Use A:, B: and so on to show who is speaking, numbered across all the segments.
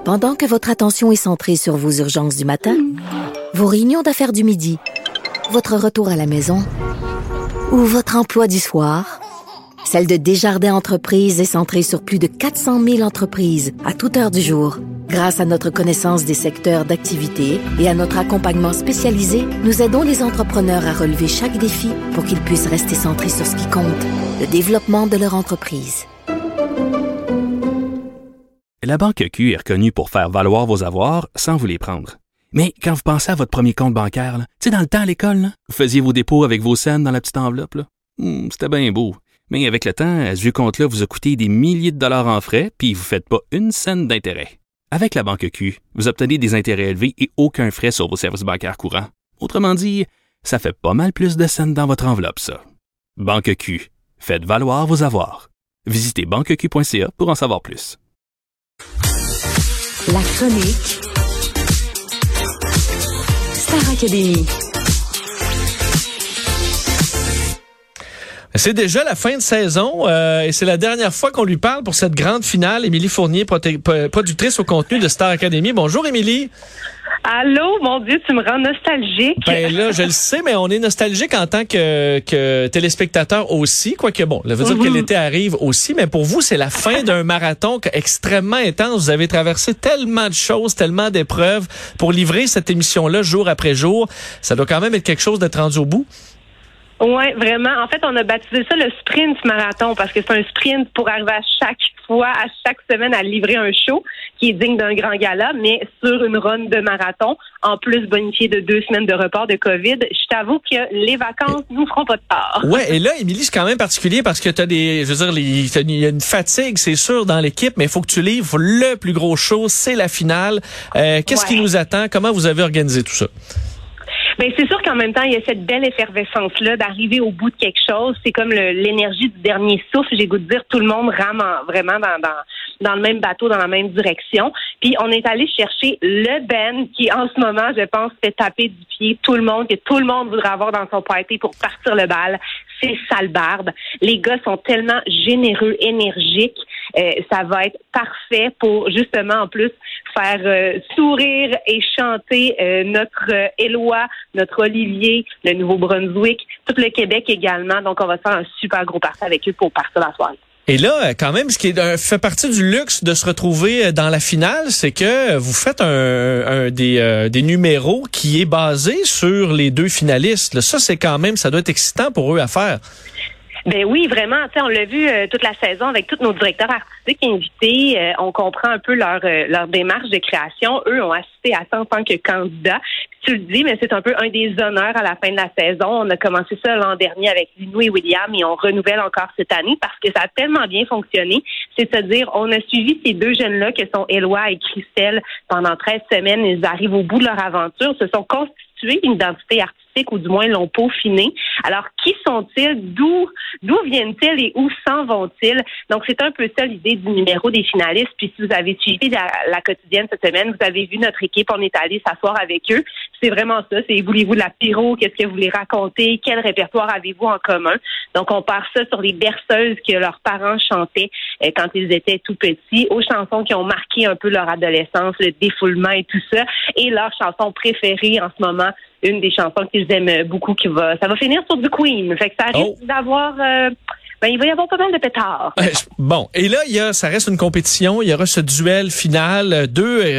A: Pendant que votre attention est centrée sur vos urgences du matin, vos réunions d'affaires du midi, votre retour à la maison ou votre emploi du soir, celle de Desjardins Entreprises est centrée sur plus de 400 000 entreprises à toute heure du jour. Grâce à notre connaissance des secteurs d'activité et à notre accompagnement spécialisé, nous aidons les entrepreneurs à relever chaque défi pour qu'ils puissent rester centrés sur ce qui compte, le développement de leur entreprise.
B: La Banque Q est reconnue pour faire valoir vos avoirs sans vous les prendre. Mais quand vous pensez à votre premier compte bancaire, tu sais, dans le temps à l'école, là, vous faisiez vos dépôts avec vos scènes dans la petite enveloppe. Là. C'était bien beau. Mais avec le temps, ce vieux compte-là vous a coûté des milliers de dollars en frais, puis vous ne faites pas une scène d'intérêt. Avec la Banque Q, vous obtenez des intérêts élevés et aucun frais sur vos services bancaires courants. Autrement dit, ça fait pas mal plus de scènes dans votre enveloppe, ça. Banque Q. Faites valoir vos avoirs. Visitez banqueq.ca pour en savoir plus.
C: La chronique Star Academy.
D: C'est déjà la fin de saison et c'est la dernière fois qu'on lui parle pour cette grande finale. Émilie Fournier, productrice au contenu de Star Academy. Bonjour Émilie.
E: Allô, mon Dieu, tu me rends nostalgique.
D: Ben là, je le sais, mais on est nostalgique en tant que téléspectateur aussi. Quoique bon, ça veut dire que l'été arrive aussi, mais pour vous, c'est la fin d'un marathon extrêmement intense. Vous avez traversé tellement de choses, tellement d'épreuves pour livrer cette émission-là jour après jour. Ça doit quand même être quelque chose d'être rendu au bout.
E: Oui, vraiment. En fait, on a baptisé ça le sprint marathon parce que c'est un sprint pour arriver à chaque fois, à chaque semaine, à livrer un show qui est digne d'un grand gala, mais sur une run de marathon, en plus bonifié de 2 semaines de report de COVID. Je t'avoue que les vacances nous feront pas de tort.
D: Ouais, et là, Émilie, c'est quand même particulier parce que t'as il y a une fatigue, c'est sûr, dans l'équipe, mais il faut que tu livres le plus gros show, c'est la finale. Qu'est-ce qui nous attend? Comment vous avez organisé tout ça?
E: Ben c'est sûr qu'en même temps, il y a cette belle effervescence-là d'arriver au bout de quelque chose. C'est comme l'énergie du dernier souffle. J'ai goût de dire tout le monde rame vraiment dans le même bateau, dans la même direction. Puis on est allé chercher le band qui, en ce moment, je pense, fait taper du pied tout le monde, que tout le monde voudrait avoir dans son party pour partir le bal. C'est Salbarbe. Les gars sont tellement généreux, énergiques. Ça va être parfait pour justement en plus faire sourire et chanter notre Éloi, notre Olivier, le Nouveau-Brunswick, tout le Québec également. Donc on va faire un super gros party avec eux pour partir la soirée.
D: Et là, quand même, ce qui fait partie du luxe de se retrouver dans la finale, c'est que vous faites des numéros qui est basé sur les 2 finalistes. Là, ça, c'est quand même, ça doit être excitant pour eux à faire.
E: Ben oui, vraiment. Tu sais, on l'a vu toute la saison avec tous nos directeurs artistiques invités. On comprend un peu leur démarche de création. Eux ont assisté à ça en tant que candidats. Tu le dis, mais c'est un peu un des honneurs à la fin de la saison. On a commencé ça l'an dernier avec Lino et William et on renouvelle encore cette année parce que ça a tellement bien fonctionné. C'est-à-dire, on a suivi ces 2 jeunes-là que sont Éloi et Christelle pendant 13 semaines. Ils arrivent au bout de leur aventure, se sont constitués une identité artistique ou du moins l'ont peaufiné. Alors, qui sont-ils? D'où viennent-ils et où s'en vont-ils? Donc, c'est un peu ça l'idée du numéro des finalistes. Puis, si vous avez suivi la quotidienne cette semaine, vous avez vu notre équipe, on est allé s'asseoir avec eux. C'est vraiment ça. C'est voulez-vous de l'apéro? Qu'est-ce que vous voulez raconter? Quel répertoire avez-vous en commun? Donc, on part ça sur les berceuses que leurs parents chantaient quand ils étaient tout petits, aux chansons qui ont marqué un peu leur adolescence, le défoulement et tout ça, et leur chanson préférée en ce moment, une des chansons qu'ils aiment beaucoup, ça va finir sur du Queen. Fait que ça risque d'avoir... il va y avoir pas mal de pétards.
D: Bon, et là, ça reste une compétition. Il y aura ce duel final,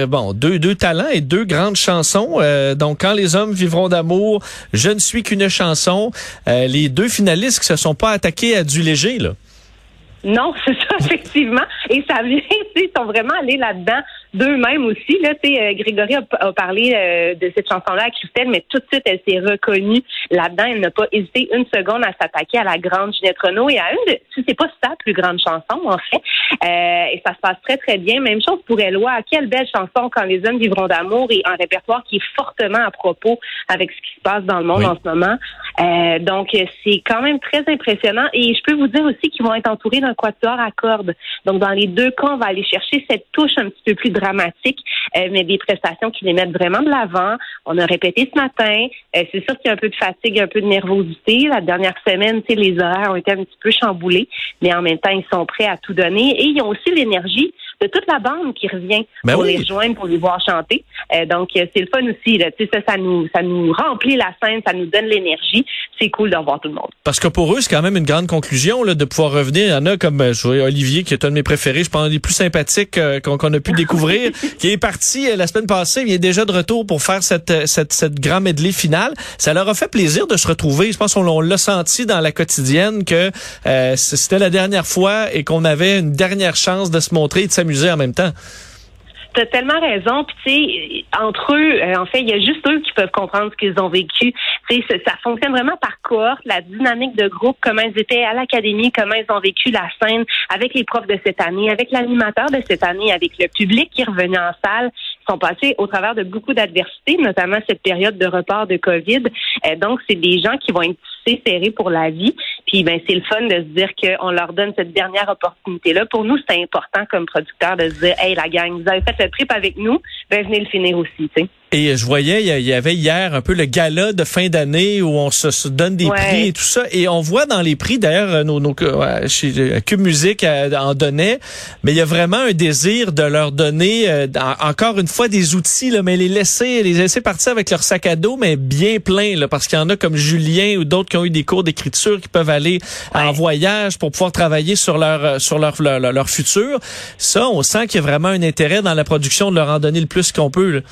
D: deux talents et 2 grandes chansons. Donc, quand les hommes vivront d'amour, je ne suis qu'une chanson. Les 2 finalistes qui se sont pas attaqués à du léger, là.
E: Non, c'est ça, effectivement. Et ça vient, ils sont vraiment allés là-dedans d'eux-mêmes aussi. Là, Grégory a parlé de cette chanson-là à Christelle, mais tout de suite, elle s'est reconnue là-dedans. Elle n'a pas hésité une seconde à s'attaquer à la grande Ginette Renault et à si c'est pas sa plus grande chanson, en fait. Et ça se passe très, très bien. Même chose pour Éloi. Quelle belle chanson quand les hommes vivront d'amour et un répertoire qui est fortement à propos avec ce qui se passe dans le monde en ce moment. Donc, c'est quand même très impressionnant. Et je peux vous dire aussi qu'ils vont être entourés d'un quatuor à cordes. Donc, dans les 2 cas, on va aller chercher cette touche un petit peu plus dramatique, mais des prestations qui les mettent vraiment de l'avant. On a répété ce matin. C'est sûr qu'il y a un peu de fatigue, un peu de nervosité. La dernière semaine, les horaires ont été un petit peu chamboulés, mais en même temps, ils sont prêts à tout donner. Et ils ont aussi l'énergie de toute la bande qui revient pour les rejoindre, pour les voir chanter. Donc, c'est le fun aussi. Là. Ça nous remplit la scène, ça nous donne l'énergie. C'est cool de revoir tout le monde.
D: Parce que pour eux, c'est quand même une grande conclusion là, de pouvoir revenir. Il y en a comme Olivier, qui est un de mes préférés, je pense un des plus sympathiques qu'on a pu découvrir, qui est parti la semaine passée. Il est déjà de retour pour faire cette grand medley finale. Ça leur a fait plaisir de se retrouver. Je pense qu'on l'a senti dans la quotidienne que c'était la dernière fois et qu'on avait une dernière chance de se montrer et de s'amuser en même temps.
E: T'as tellement raison. Puis tu sais, entre eux, en fait, il y a juste eux qui peuvent comprendre ce qu'ils ont vécu. Tu sais, ça fonctionne vraiment par cohorte, la dynamique de groupe, comment ils étaient à l'académie, comment ils ont vécu la scène avec les profs de cette année, avec l'animateur de cette année, avec le public qui est revenu en salle. Ils sont passés au travers de beaucoup d'adversités, notamment cette période de report de COVID. Donc, c'est des gens qui vont être tissés serrés pour la vie. Puis, c'est le fun de se dire qu'on leur donne cette dernière opportunité-là. Pour nous, c'est important comme producteur de se dire, hey, la gang, vous avez fait le trip avec nous, venez le finir aussi, tu sais.
D: Et je voyais, il y avait hier un peu le gala de fin d'année où on se donne des prix et tout ça. Et on voit dans les prix, d'ailleurs, chez Cube Musique en donnait, mais il y a vraiment un désir de leur donner, encore une fois, des outils, là, mais les laisser partir avec leur sac à dos, mais bien plein, là, parce qu'il y en a comme Julien ou d'autres qui ont eu des cours d'écriture qui peuvent aller en voyage pour pouvoir travailler sur leur futur. Ça, on sent qu'il y a vraiment un intérêt dans la production de leur en donner le plus qu'on peut, là.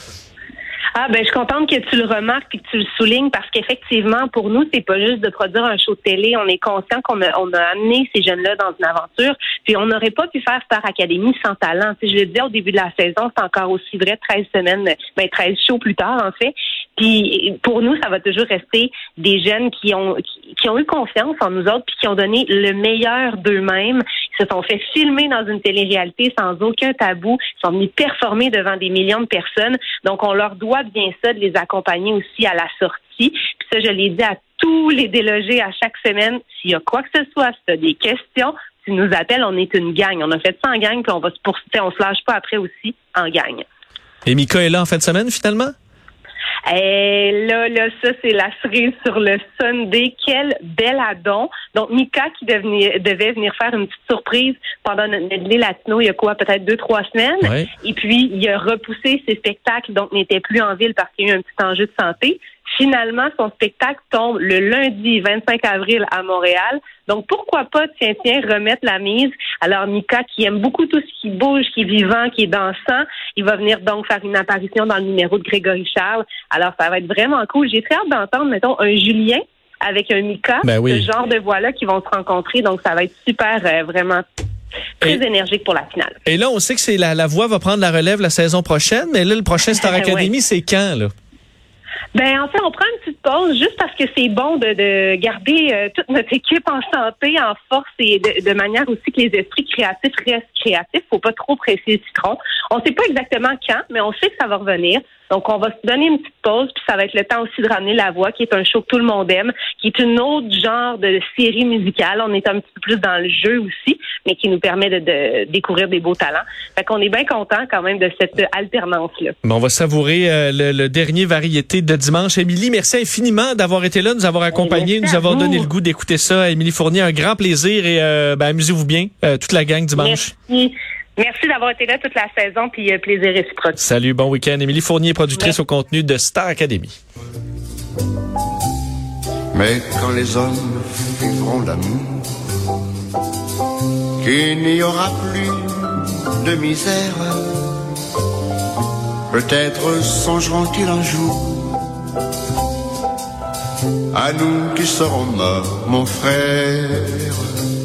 E: Je suis contente que tu le remarques et que tu le soulignes parce qu'effectivement, pour nous, c'est pas juste de produire un show de télé. On est conscient qu'on a amené ces jeunes-là dans une aventure. Puis on n'aurait pas pu faire Star Academy sans talent. Tu sais, je le disais au début de la saison, c'est encore aussi vrai 13 semaines, 13 shows plus tard, en fait. Puis pour nous, ça va toujours rester des jeunes qui ont eu confiance en nous autres puis qui ont donné le meilleur d'eux-mêmes. Ils se sont fait filmer dans une télé-réalité sans aucun tabou. Ils sont venus performer devant des millions de personnes. Donc, on leur doit bien ça de les accompagner aussi à la sortie. Puis ça, je l'ai dit à tous les délogés à chaque semaine. S'il y a quoi que ce soit, si tu as des questions, tu nous appelles, on est une gang. On a fait ça en gang, puis on se lâche pas après aussi en gang.
D: Et Mika est là en fin de semaine, finalement?
E: Et là, ça, c'est la cerise sur le Sunday. Quel bel addon. Donc, Mika qui devait venir faire une petite surprise pendant notre medley latino il y a peut-être 2-3 semaines. Ouais. Et puis, il a repoussé ses spectacles, donc n'était plus en ville parce qu'il y a eu un petit enjeu de santé. Finalement, son spectacle tombe le lundi 25 avril à Montréal. Donc, pourquoi pas, remettre la mise. Alors, Mika, qui aime beaucoup tout ce qui bouge, qui est vivant, qui est dansant, il va venir donc faire une apparition dans le numéro de Grégory Charles. Alors, ça va être vraiment cool. J'ai très hâte d'entendre, mettons, un Julien avec un Mika, ce genre de voix-là qui vont se rencontrer. Donc, ça va être super, vraiment très énergique pour la finale. Et
D: là, on sait que la voix va prendre la relève la saison prochaine, mais là, le prochain Star Academy, c'est quand, là?
E: En fait, on prend une petite pause juste parce que c'est bon de garder toute notre équipe en santé, en force et de manière aussi que les esprits créatifs restent créatifs. Faut pas trop presser le citron. On sait pas exactement quand, mais on sait que ça va revenir. Donc, on va se donner une petite pause, puis ça va être le temps aussi de ramener La Voix, qui est un show que tout le monde aime, qui est une autre genre de série musicale. On est un petit peu plus dans le jeu aussi, mais qui nous permet de découvrir des beaux talents. Fait qu'on est bien content quand même de cette alternance-là.
D: On va savourer le dernier variété de dimanche. Émilie, merci infiniment d'avoir été là, nous avoir accompagnés, nous avoir donné le goût d'écouter ça. Émilie Fournier, un grand plaisir et amusez-vous bien, toute la gang dimanche.
E: Merci d'avoir été là toute la saison, puis plaisir réciproque.
D: Salut, bon week-end. Émilie Fournier, productrice au contenu de Star Academy.
F: Mais quand les hommes vivront l'amour, qu'il n'y aura plus de misère, peut-être songeront-ils un jour à nous qui serons morts, mon frère.